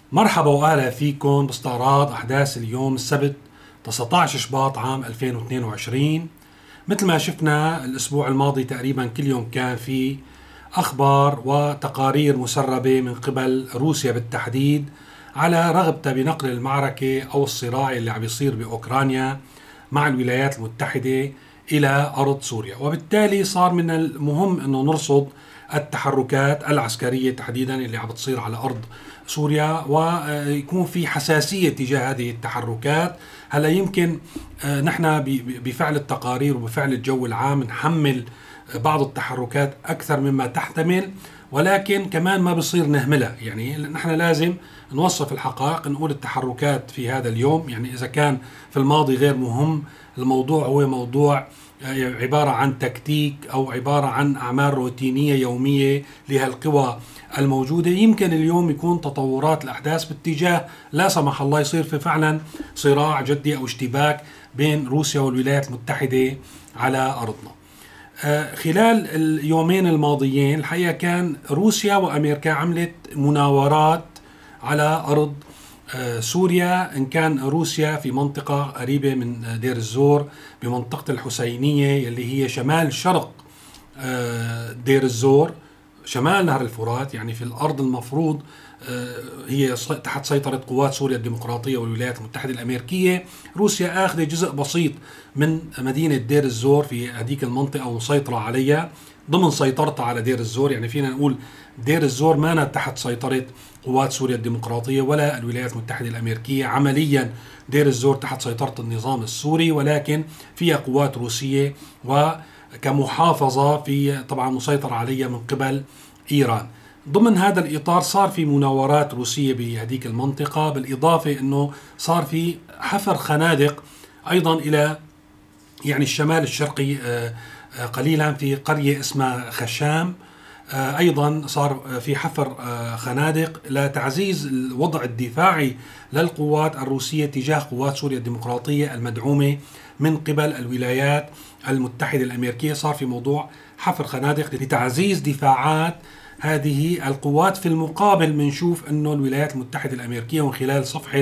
مرحبا وأهلا فيكم باستعراض أحداث اليوم السبت 19 شباط عام 2022. مثل ما شفنا الأسبوع الماضي تقريبا كل يوم كان في أخبار وتقارير مسربة من قبل روسيا بالتحديد على رغبتها بنقل المعركة أو الصراع اللي عم يصير بأوكرانيا مع الولايات المتحدة إلى أرض سوريا، وبالتالي صار من المهم أنه نرصد التحركات العسكرية تحديدا اللي عم بتصير على أرض سوريا، ويكون في حساسية تجاه هذه التحركات. هلا يمكن نحن بفعل التقارير وبفعل الجو العام نحمل بعض التحركات أكثر مما تحتمل، ولكن كمان ما بصير نهملها. يعني نحن لازم نوصف الحقائق، نقول التحركات في هذا اليوم، يعني إذا كان في الماضي غير مهم، الموضوع هو موضوع عبارة عن تكتيك أو عبارة عن أعمال روتينية يومية لهالقوى الموجودة. يمكن اليوم يكون تطورات الأحداث باتجاه لا سمح الله يصير في فعلا صراع جدي أو اشتباك بين روسيا والولايات المتحدة على أرضنا. خلال اليومين الماضيين الحقيقة كان روسيا وأمريكا عملت مناورات على أرض سوريا، إن كان روسيا في منطقة قريبة من دير الزور بمنطقة الحسينية اللي هي شمال شرق دير الزور، شمال نهر الفرات، يعني في الأرض المفروض هي تحت سيطرة قوات سوريا الديمقراطية والولايات المتحدة الأمريكية. روسيا أخذ جزء بسيط من مدينة دير الزور في هذيك المنطقة ومسيطرة عليها ضمن سيطرتها على دير الزور. يعني فينا نقول دير الزور ما تحت سيطرة قوات سوريا الديمقراطية ولا الولايات المتحدة الأمريكية. عمليا دير الزور تحت سيطرة النظام السوري، ولكن فيها قوات روسية وكمحافظة في طبعا مسيطر عليها من قبل إيران. ضمن هذا الإطار صار في مناورات روسية بهذيك المنطقة، بالإضافة أنه صار في حفر خنادق أيضا إلى يعني الشمال الشرقي قليلا في قرية اسمها خشام. أيضا صار في حفر خنادق لتعزيز الوضع الدفاعي للقوات الروسية تجاه قوات سوريا الديمقراطية المدعومة من قبل الولايات المتحدة الأمريكية. صار في موضوع حفر خنادق لتعزيز دفاعات هذه القوات. في المقابل منشوف أنه الولايات المتحدة الأمريكية من خلال صفحة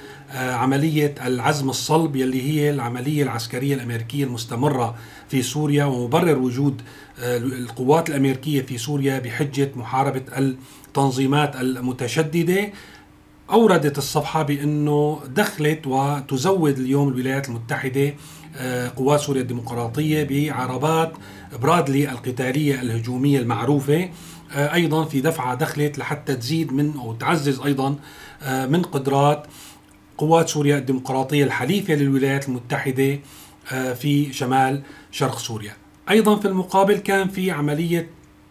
عملية العزم الصلب يلي هي العملية العسكرية الأمريكية المستمرة في سوريا ومبرر وجود القوات الأمريكية في سوريا بحجة محاربة التنظيمات المتشددة، أوردت الصفحة بأنه دخلت وتزود اليوم الولايات المتحدة قوات سوريا الديمقراطية بعربات برادلي القتالية الهجومية المعروفة. أيضا في دفعة دخلت لحتى تزيد من أو تعزز أيضا من قدرات قوات سوريا الديمقراطية الحليفة للولايات المتحدة في شمال شرق سوريا. أيضا في المقابل كان في عملية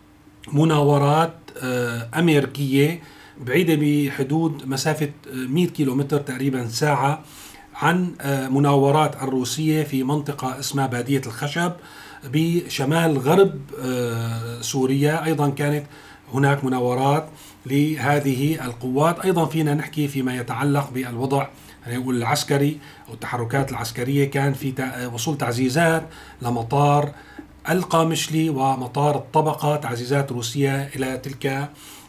مناورات أمريكية بعيدة بحدود مسافة 100 كيلومتر تقريبا ساعة عن مناورات الروسية في منطقة اسمها بادية الخشب بشمال غرب سوريا. أيضا كانت هناك مناورات لهذه القوات. أيضا فينا نحكي فيما يتعلق بالوضع العسكري أو التحركات العسكرية، كان في وصول تعزيزات لمطار القامشلي ومطار الطبقة، تعزيزات روسية إلى تلك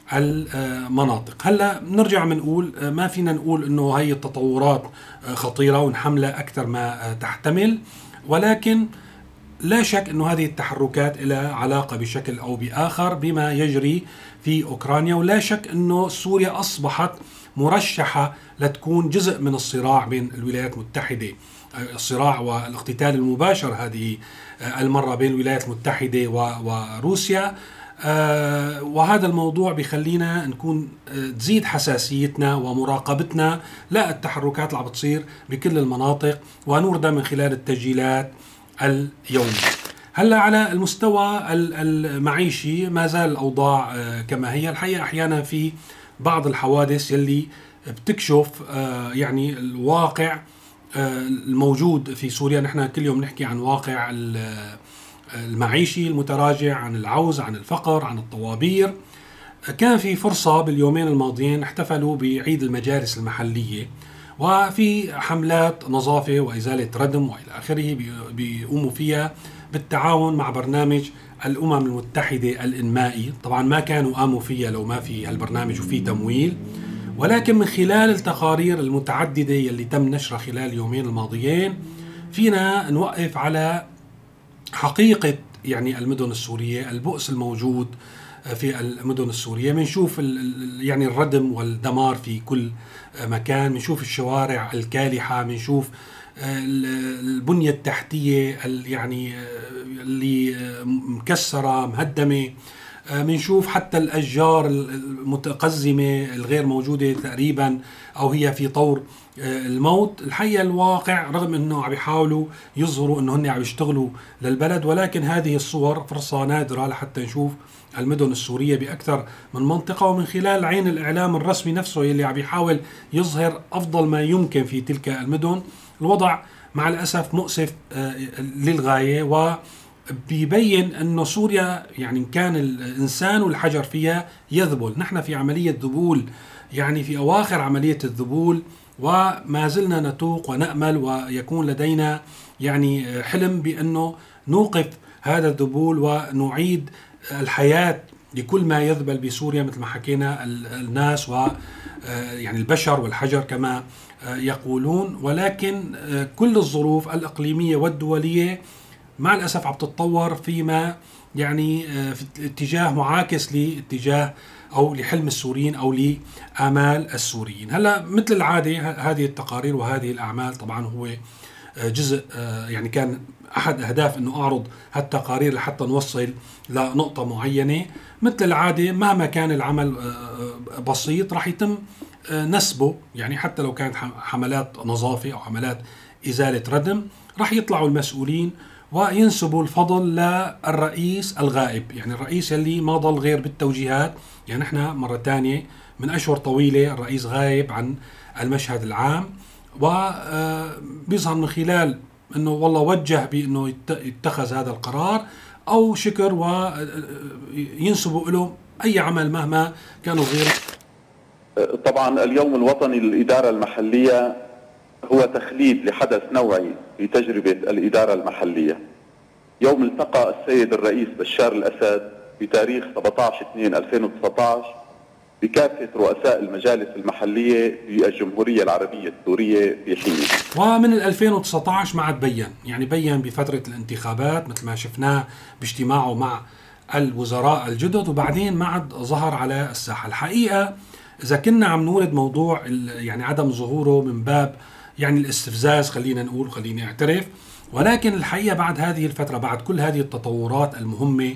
المناطق. هلا بنرجع بنقول ما فينا نقول انه هي التطورات خطيرة ونحملها اكثر ما تحتمل، ولكن لا شك انه هذه التحركات لها علاقة بشكل او باخر بما يجري في اوكرانيا، ولا شك انه سوريا اصبحت مرشحة لتكون جزء من الصراع بين الولايات المتحدة، الصراع والاقتتال المباشر هذه المرة بين الولايات المتحدة وروسيا. وهذا الموضوع بيخلينا نكون تزيد حساسيتنا ومراقبتنا للتحركات اللي عم بتصير بكل المناطق ونوردها من خلال التسجيلات اليومية. هلا على المستوى المعيشي ما زال الأوضاع كما هي. الحقيقة أحيانا في بعض الحوادث يلي بتكشف يعني الواقع الموجود في سوريا. نحن كل يوم نحكي عن واقع المعيشي المتراجع، عن العوز، عن الفقر، عن الطوابير. كان في فرصة باليومين الماضيين احتفلوا بعيد المجالس المحلية، وفي حملات نظافة وإزالة ردم وإلى آخره بيقوموا فيها بالتعاون مع برنامج الأمم المتحدة الإنمائي. طبعا ما كانوا قاموا فيها لو ما في هالبرنامج وفي تمويل. ولكن من خلال التقارير المتعددة اللي تم نشرها خلال اليومين الماضيين فينا نوقف على حقيقة يعني المدن السورية، البؤس الموجود في المدن السورية. بنشوف يعني الردم والدمار في كل مكان، بنشوف الشوارع الكالحة، بنشوف البنية التحتية يعني اللي مكسرة مهدمة، بنشوف حتى الأشجار المتقزمة الغير موجودة تقريبا أو هي في طور الموت. الحقيقة الواقع رغم أنه عم يحاولوا يظهروا أنه هن عم يشتغلوا للبلد، ولكن هذه الصور فرصة نادرة لحتى نشوف المدن السورية بأكثر من منطقة، ومن خلال عين الإعلام الرسمي نفسه اللي عم يحاول يظهر أفضل ما يمكن في تلك المدن. الوضع مع الأسف مؤسف للغاية، وبيبين أنه سوريا يعني كان الإنسان والحجر فيها يذبل. نحن في عملية ذبول، يعني في أواخر عملية الذبول، وما زلنا نتوق ونأمل ويكون لدينا يعني حلم بأنه نوقف هذا الذبول ونعيد الحياة لكل ما يذبل بسوريا مثل ما حكينا الناس و يعني البشر والحجر كما يقولون. ولكن كل الظروف الإقليمية والدولية مع الأسف عم تتطور فيما يعني في اتجاه معاكس لاتجاه أو لحلم السوريين أو لآمال السوريين. هلا مثل العادة هذه التقارير وهذه الأعمال طبعا هو جزء يعني كان أحد أهداف أنه أعرض هالتقارير لحتى نوصل لنقطة معينة. مثل العادة مهما كان العمل بسيط راح يتم نسبه، يعني حتى لو كانت حملات نظافة أو حملات إزالة ردم راح يطلعوا المسؤولين وينسبوا الفضل للرئيس الغائب، يعني الرئيس اللي ما ضل غير بالتوجيهات. يعني احنا مرة تانية من أشهر طويلة الرئيس غايب عن المشهد العام، وبيظهر من خلال انه والله وجه بانه يتخذ هذا القرار او شكر وينسبوا له اي عمل مهما كانوا غير. طبعا اليوم الوطني للإدارة المحلية هو تخليد لحدث نوعي في تجربة الإدارة المحلية. يوم التقى السيد الرئيس بشار الأسد بتاريخ 17/2/2019 بكافة رؤساء المجالس المحلية في الجمهورية العربية السورية في حين. ومن 2019 ما عاد بين، يعني بين بفترة الانتخابات مثل ما شفناه باجتماعه مع الوزراء الجدد، وبعدين ما عاد ظهر على الساحة. الحقيقة إذا كنا عم نورد موضوع يعني عدم ظهوره من باب يعني الاستفزاز خلينا نقول، خليني أعترف، ولكن الحقيقة بعد هذه الفترة بعد كل هذه التطورات المهمة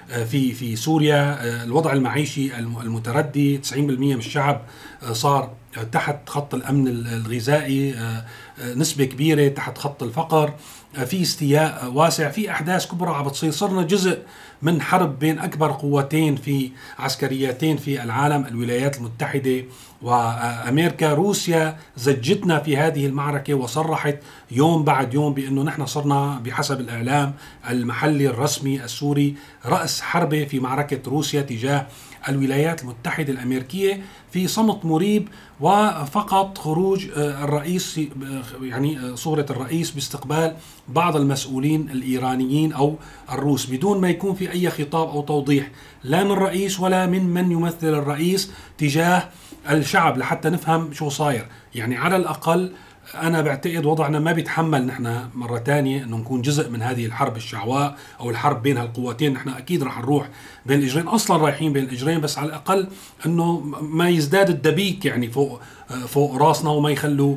في سوريا، الوضع المعيشي المتردي، 90% من الشعب صار تحت خط الأمن الغذائي، نسبة كبيرة تحت خط الفقر، في استياء واسع، في أحداث كبرى عم بتصير. صرنا جزء من حرب بين أكبر قوتين في عسكريتين في العالم، الولايات المتحدة وأمريكا. روسيا زجتنا في هذه المعركة وصرحت يوم بعد يوم بأنه نحن صرنا بحسب الإعلام المحلي الرسمي السوري رأس حربة في معركة روسيا تجاه الولايات المتحدة الأمريكية في صمت مريب، وفقط خروج الرئيس يعني صورة الرئيس باستقبال بعض المسؤولين الإيرانيين أو الروس بدون ما يكون في أي خطاب أو توضيح لا من الرئيس ولا من يمثل الرئيس تجاه الشعب لحتى نفهم شو صاير. يعني على الأقل أنا بعتقد وضعنا ما بيتحمل نحن مرة تانية أنه نكون جزء من هذه الحرب الشعواء أو الحرب بين هالقوتين. نحن أكيد رح نروح بين الإجرين، أصلا رايحين بين الإجرين، بس على الأقل أنه ما يزداد الدبيك يعني فوق راسنا وما يخلوا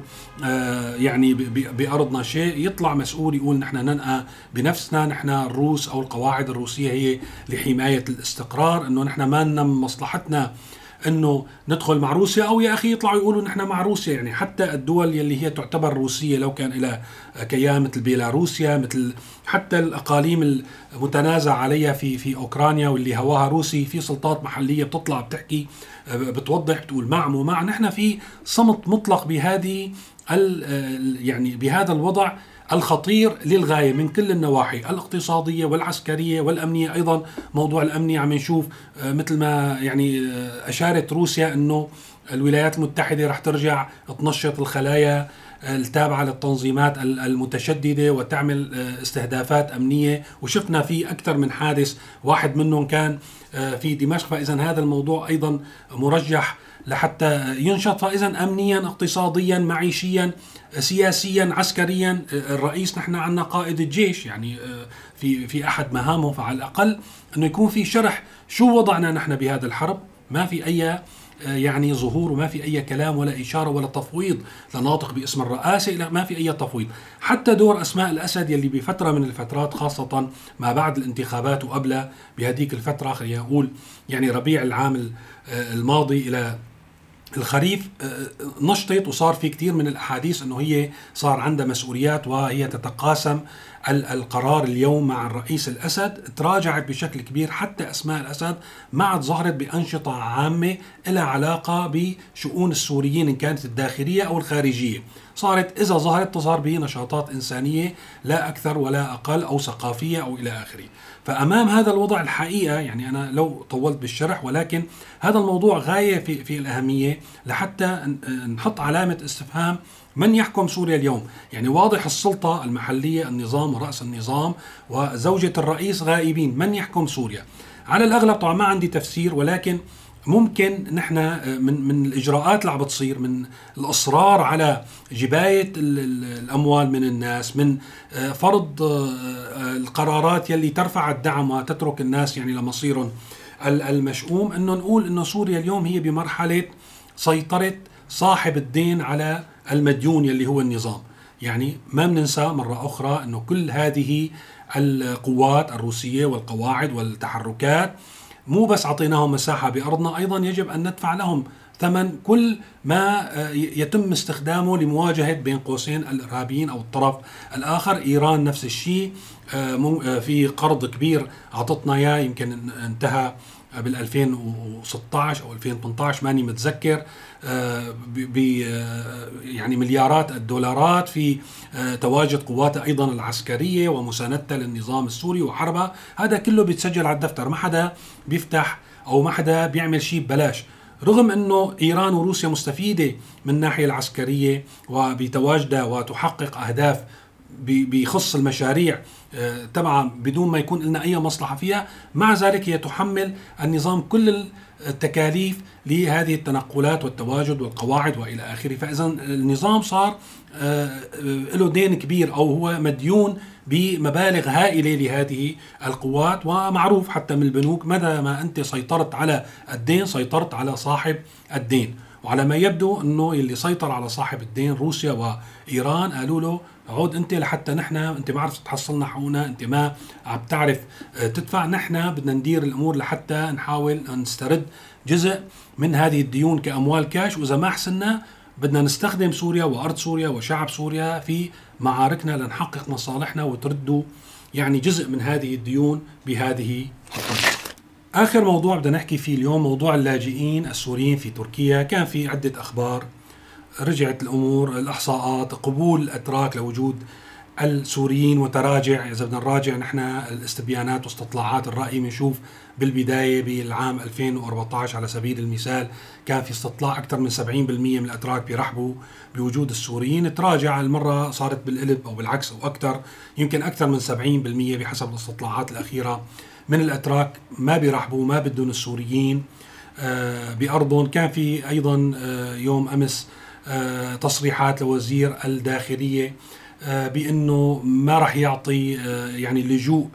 يعني بأرضنا شيء. يطلع مسؤول يقول نحن ننقى بنفسنا، نحن الروس أو القواعد الروسية هي لحماية الاستقرار، أنه نحن ما لنا مصلحتنا انه ندخل مع روسيا، او يا اخي يطلعوا يقولوا نحن مع روسيا. يعني حتى الدول يلي هي تعتبر روسية لو كان لها كيان مثل بيلاروسيا، مثل حتى الاقاليم المتنازع عليها في اوكرانيا واللي هواها روسي، في سلطات محلية بتطلع بتحكي بتوضح بتقول مع مو مع. نحن في صمت مطلق بهذه يعني بهذا الوضع الخطير للغاية من كل النواحي الاقتصادية والعسكرية والأمنية. أيضا موضوع الأمني عم نشوف مثل ما يعني أشارت روسيا أنه الولايات المتحدة رح ترجع تنشط الخلايا التابعة للتنظيمات المتشددة وتعمل استهدافات أمنية، وشفنا في أكثر من حادث، واحد منهم كان في دمشق. فإذا هذا الموضوع أيضا مرجح لحتى ينشط. فإذا أمنيا، اقتصاديا، معيشيا، سياسيا، عسكريا، الرئيس نحن عندنا قائد الجيش يعني في أحد مهامه، فعلى الأقل أنه يكون في شرح شو وضعنا نحن بهذا الحرب. ما في أي يعني ظهور، وما في أي كلام ولا إشارة ولا تفويض لناطق باسم الرئاسة، لا ما في أي تفويض. حتى دور أسماء الأسد يلي بفترة من الفترات، خاصة ما بعد الانتخابات وقبلها بهديك الفترة، خلينا نقول يعني ربيع العام الماضي إلى الخريف، نشطت وصار في كتير من الأحاديث أنه هي صار عندها مسؤوليات وهي تتقاسم القرار اليوم مع الرئيس الأسد. تراجعت بشكل كبير، حتى أسماء الأسد ما عاد ظهرت بأنشطة عامة لها علاقة بشؤون السوريين إن كانت الداخلية أو الخارجية. صارت إذا ظهرت تظهر بنشاطات إنسانية لا أكثر ولا أقل، أو ثقافية أو إلى آخره. فأمام هذا الوضع الحقيقة، يعني أنا لو طولت بالشرح، ولكن هذا الموضوع غاية في الأهمية لحتى نحط علامة استفهام: من يحكم سوريا اليوم؟ يعني واضح السلطة المحلية، النظام ورأس النظام وزوجة الرئيس غائبين. من يحكم سوريا؟ على الأغلب طبعا ما عندي تفسير، ولكن ممكن نحن من الإجراءات اللي عم بتصير، من الإصرار على جباية الأموال من الناس، من فرض القرارات يلي ترفع الدعم وتترك الناس يعني لمصيرهم المشؤوم، أنه نقول أنه سوريا اليوم هي بمرحلة سيطرة صاحب الدين على المديون يلي هو النظام. يعني ما بننسى مرة أخرى أنه كل هذه القوات الروسية والقواعد والتحركات مو بس عطيناهم مساحة بأرضنا، أيضا يجب أن ندفع لهم ثمن كل ما يتم استخدامه لمواجهة بين قوسين الإرهابيين أو الطرف الآخر. إيران نفس الشيء، في قرض كبير عطتنا إياه، يمكن انتهى بال 2016 أو 2018 ماني متذكر، يعني مليارات الدولارات في تواجد قواتها أيضا العسكرية ومساندتها للنظام السوري وحربها. هذا كله بيتسجل على الدفتر، ما حدا بيفتح أو ما حدا بيعمل شيء ببلاش. رغم أنه إيران وروسيا مستفيدة من الناحية العسكرية وبتواجدها وتحقق أهداف بخص المشاريع تبعا بدون ما يكون لنا أي مصلحة فيها، مع ذلك هي تحمل النظام كل التكاليف لهذه التنقلات والتواجد والقواعد وإلى آخره. فإذا النظام صار له دين كبير، أو هو مديون بمبالغ هائلة لهذه القوات، ومعروف حتى من البنوك مدى ما أنت سيطرت على الدين سيطرت على صاحب الدين. وعلى ما يبدو أنه اللي سيطر على صاحب الدين روسيا وإيران، قالوا له عود أنت لحتى نحن، أنت ما عرفت تحصلنا حقوقنا، أنت ما عم تعرف تدفع، نحن بدنا ندير الأمور لحتى نحاول نسترد جزء من هذه الديون كأموال كاش، وإذا ما حسنا بدنا نستخدم سوريا وأرض سوريا وشعب سوريا في معاركنا لنحقق مصالحنا وتردوا يعني جزء من هذه الديون بهذه الطريقة. آخر موضوع بدنا نحكي فيه اليوم موضوع اللاجئين السوريين في تركيا. كان في عدة أخبار، رجعت الأمور، الإحصاءات، قبول الأتراك لوجود السوريين وتراجع. إذا بدنا نراجع نحن الاستبيانات واستطلاعات الرأي، بنشوف بالبداية بالعام 2014 على سبيل المثال كان في استطلاع أكثر من 70% من الأتراك بيرحبوا بوجود السوريين. تراجع المرة صارت بالقلب أو بالعكس أو أكثر، يمكن أكثر من 70% بحسب الاستطلاعات الأخيرة من الأتراك ما بيرحبوا، ما بدون السوريين بأرضهم. كان في أيضا يوم أمس تصريحات لوزير الداخلية بأنه ما رح يعطي يعني لجوء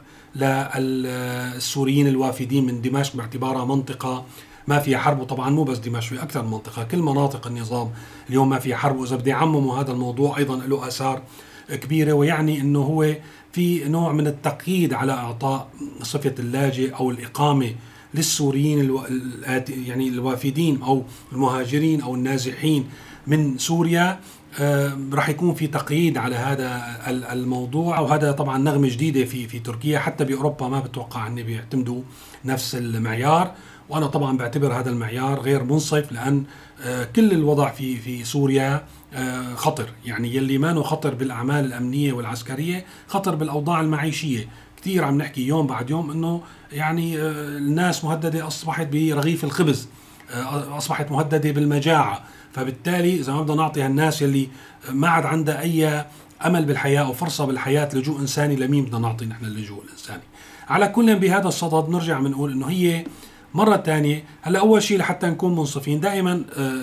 للسوريين الوافدين من دمشق باعتبارها منطقة ما فيها حرب. وطبعا مو بس دمشق، في أكثر من منطقة، كل مناطق النظام اليوم ما فيها حرب. وإذا بدي يعمموا هذا الموضوع أيضا له آثار كبيرة، ويعني أنه هو في نوع من التقييد على إعطاء صفة اللاجئ أو الإقامة للسوريين يعني الوافدين أو المهاجرين أو النازحين من سوريا. رح يكون في تقييد على هذا الموضوع، وهذا طبعا نغمة جديدة في تركيا. حتى بأوروبا ما بتوقع أن بيعتمدوا نفس المعيار، وأنا طبعا بعتبر هذا المعيار غير منصف، لأن كل الوضع في سوريا خطر. يعني يلي ما خطر بالأعمال الأمنية والعسكرية، خطر بالأوضاع المعيشية. كثير عم نحكي يوم بعد يوم أنه يعني الناس مهددة، أصبحت برغيف الخبز، أصبحت مهددة بالمجاعة. فبالتالي إذا ما بدنا نعطي هالناس يلي ما عاد عندها أي أمل بالحياة أو فرصة بالحياة لجوء إنساني، لمين بدنا نعطي نحن اللجوء الإنساني؟ على كل بهذا الصدد نرجع بنقول إنه هي مرة تانية هلا أول شيء لحتى نكون منصفين دائما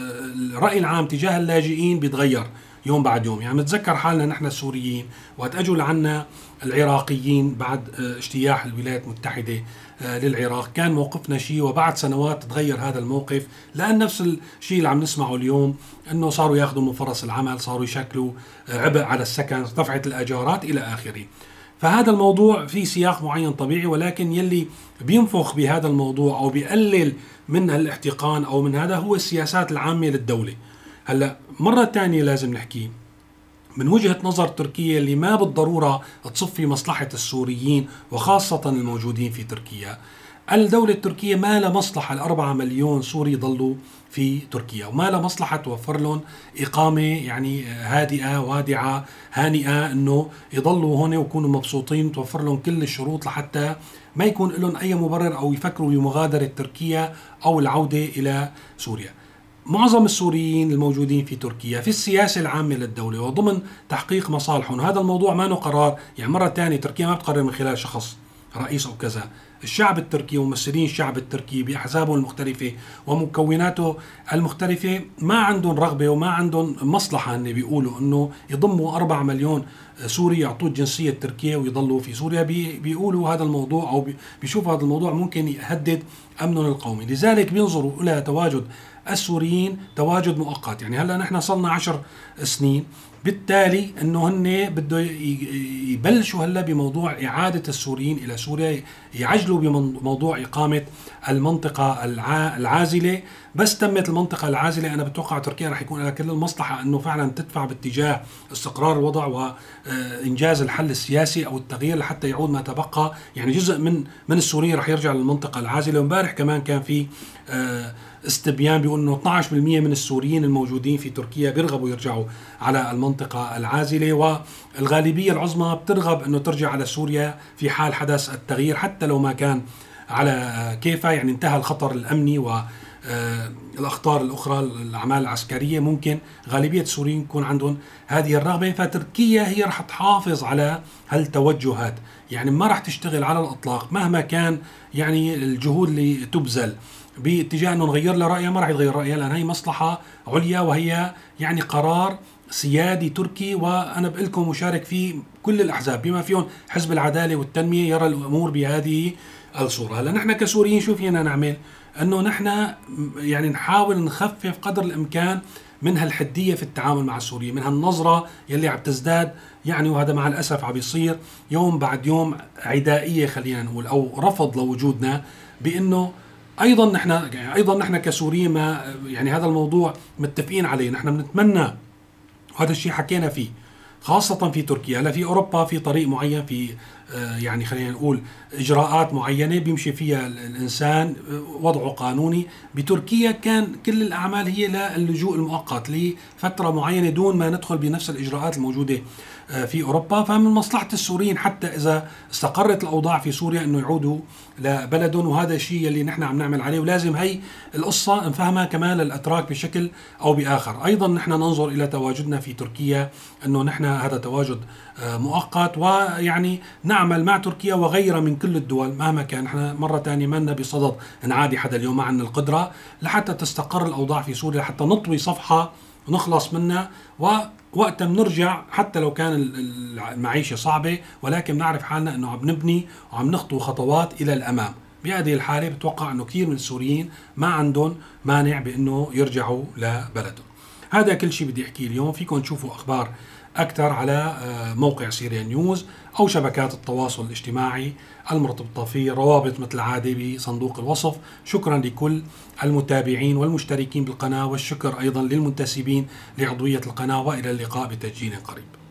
الرأي العام تجاه اللاجئين بيتغير يوم بعد يوم. يعني نتذكر حالنا نحن السوريين وقت اجوا لعنا العراقيين بعد اجتياح الولايات المتحدة للعراق كان موقفنا شيء، وبعد سنوات تغير هذا الموقف، لأن نفس الشيء اللي عم نسمعه اليوم انه صاروا ياخذوا من فرص العمل، صاروا يشكلوا عبء على السكن، ارتفعت الأجارات إلى آخره. فهذا الموضوع في سياق معين طبيعي، ولكن يلي بينفخ بهذا الموضوع أو بيقلل من الاحتقان أو من هذا هو السياسات العامة للدولة. هلأ مرة تانية لازم نحكي من وجهة نظر تركيا اللي ما بالضرورة تصفي مصلحة السوريين وخاصة الموجودين في تركيا. الدولة التركية ما لها مصلحة ال4 مليون سوري يضلوا في تركيا، وما لها مصلحة توفر لهم إقامة يعني هادئة وادعة هانئة انه يضلوا هون ويكونوا مبسوطين، توفر لهم كل الشروط لحتى ما يكون لهم اي مبرر او يفكروا بمغادرة تركيا او العودة الى سوريا. معظم السوريين الموجودين في تركيا في السياسة العامة للدولة وضمن تحقيق مصالحهم. هذا الموضوع ما قرار، يعني مرة تانية تركيا ما بتقرر من خلال شخص رئيس أو كذا. الشعب التركي وممثلين الشعب التركي بأحزابه المختلفة ومكوناته المختلفة ما عندهم رغبة وما عندهم مصلحة أن بيقولوا أنه يضموا 4 مليون سوري يعطوا الجنسية التركية ويضلوا في سوريا. بيقولوا هذا الموضوع أو بيشوفوا هذا الموضوع ممكن يهدد أمنهم القومي، لذلك بينظروا إلى تواجد السوريين تواجد مؤقت. يعني هلا نحن صلنا 10 سنين، بالتالي انه هن بده يبلشوا هلا بموضوع اعاده السوريين الى سوريا، يعجلوا بموضوع اقامه المنطقه العازله. بس تمت المنطقه العازله انا بتوقع تركيا رح يكون لها كل المصلحه انه فعلا تدفع باتجاه استقرار الوضع وانجاز الحل السياسي او التغيير لحتى يعود ما تبقى. يعني جزء من السوريين رح يرجع للمنطقه العازله. وامبارح كمان كان في استبيان بيقول انه 12% من السوريين الموجودين في تركيا بيرغبوا يرجعوا على المنطقة العازلة، والغالبية العظمى بترغب انه ترجع على سوريا في حال حدث التغيير حتى لو ما كان على كيفها. يعني انتهى الخطر الأمني والأخطار الأخرى الأعمال العسكرية، ممكن غالبية السوريين يكون عندهم هذه الرغبة. فتركيا هي رح تحافظ على هالتوجهات، يعني ما رح تشتغل على الإطلاق مهما كان يعني الجهود اللي تبذل باتجاه انه نغير لها رأيها. ما راح يتغير رأيها لان هي مصلحة عليا وهي يعني قرار سيادي تركي، وانا بقول لكم مشارك فيه كل الاحزاب بما فيهم حزب العدالة والتنمية يرى الامور بهذه الصورة. هلا نحن كسوريين شو فينا نعمل؟ انه نحن يعني نحاول نخفف قدر الامكان من هالحدية في التعامل مع السوريين، من هالنظرة يلي عم تزداد يعني، وهذا مع الاسف عم بيصير يوم بعد يوم عدائية خلينا نقول، او رفض لوجودنا، بانه ايضا نحن كسوريين ما يعني هذا الموضوع متفقين عليه. نحن بنتمنى وهذا الشيء حكينا فيه خاصة في تركيا. هلا في اوروبا في طريق معين، في يعني خلينا نقول اجراءات معينة بيمشي فيها الانسان، وضعه قانوني. بتركيا كان كل الاعمال هي للجوء المؤقت لفترة معينة دون ما ندخل بنفس الاجراءات الموجودة في أوروبا. فمن مصلحة السوريين حتى إذا استقرت الأوضاع في سوريا أنه يعودوا لبلدهم، وهذا الشيء اللي نحن عم نعمل عليه. ولازم هي القصة نفهمها كمان للأتراك بشكل أو بآخر. أيضا نحن ننظر إلى تواجدنا في تركيا أنه نحن هذا تواجد مؤقت، ويعني نعمل مع تركيا وغيرها من كل الدول مهما كان. نحن مرة تانية ما لنا بصدد نعادي حدا اليوم، ما عندنا القدرة لحتى تستقر الأوضاع في سوريا، حتى نطوي صفحة ونخلص منها، ووقتها بنرجع حتى لو كان المعيشة صعبة، ولكن نعرف حالنا أنه عم نبني وعم نخطو خطوات إلى الأمام. بهذه الحالة بتوقع أنه كثير من السوريين ما عندهم مانع بأنه يرجعوا لبلدهم. هذا كل شيء بدي أحكيه اليوم. فيكم تشوفوا أخبار أكثر على موقع سيريا نيوز أو شبكات التواصل الاجتماعي المرتبطة فيه، روابط مثل العادة بصندوق الوصف. شكرا لكل المتابعين والمشتركين بالقناة، والشكر أيضا للمنتسبين لعضوية القناة، وإلى اللقاء بتسجيل قريب.